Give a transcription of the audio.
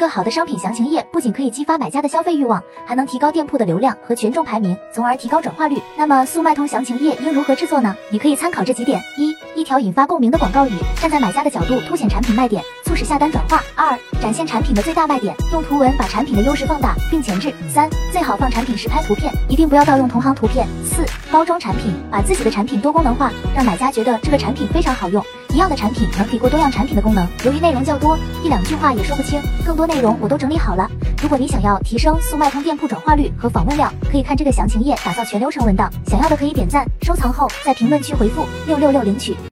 个好的商品详情页不仅可以激发买家的消费欲望，还能提高店铺的流量和权重排名，从而提高转化率。那么速卖通详情页应如何制作呢？你可以参考这几点：一条引发共鸣的广告语，站在买家的角度凸显产品卖点，促使下单转化。2、展现产品的最大卖点，用图文把产品的优势放大并前置。3、最好放产品实拍图片，一定不要盗用同行图片。4、包装产品，把自己的产品多功能化，让买家觉得这个产品非常好用。一样的产品能抵过多样产品的功能。由于内容较多，一两句话也说不清，更多内容我都整理好了。如果你想要提升速卖通店铺转化率和访问量，可以看这个详情页打造全流程文档。想要的可以点赞收藏后，在评论区回复666领取。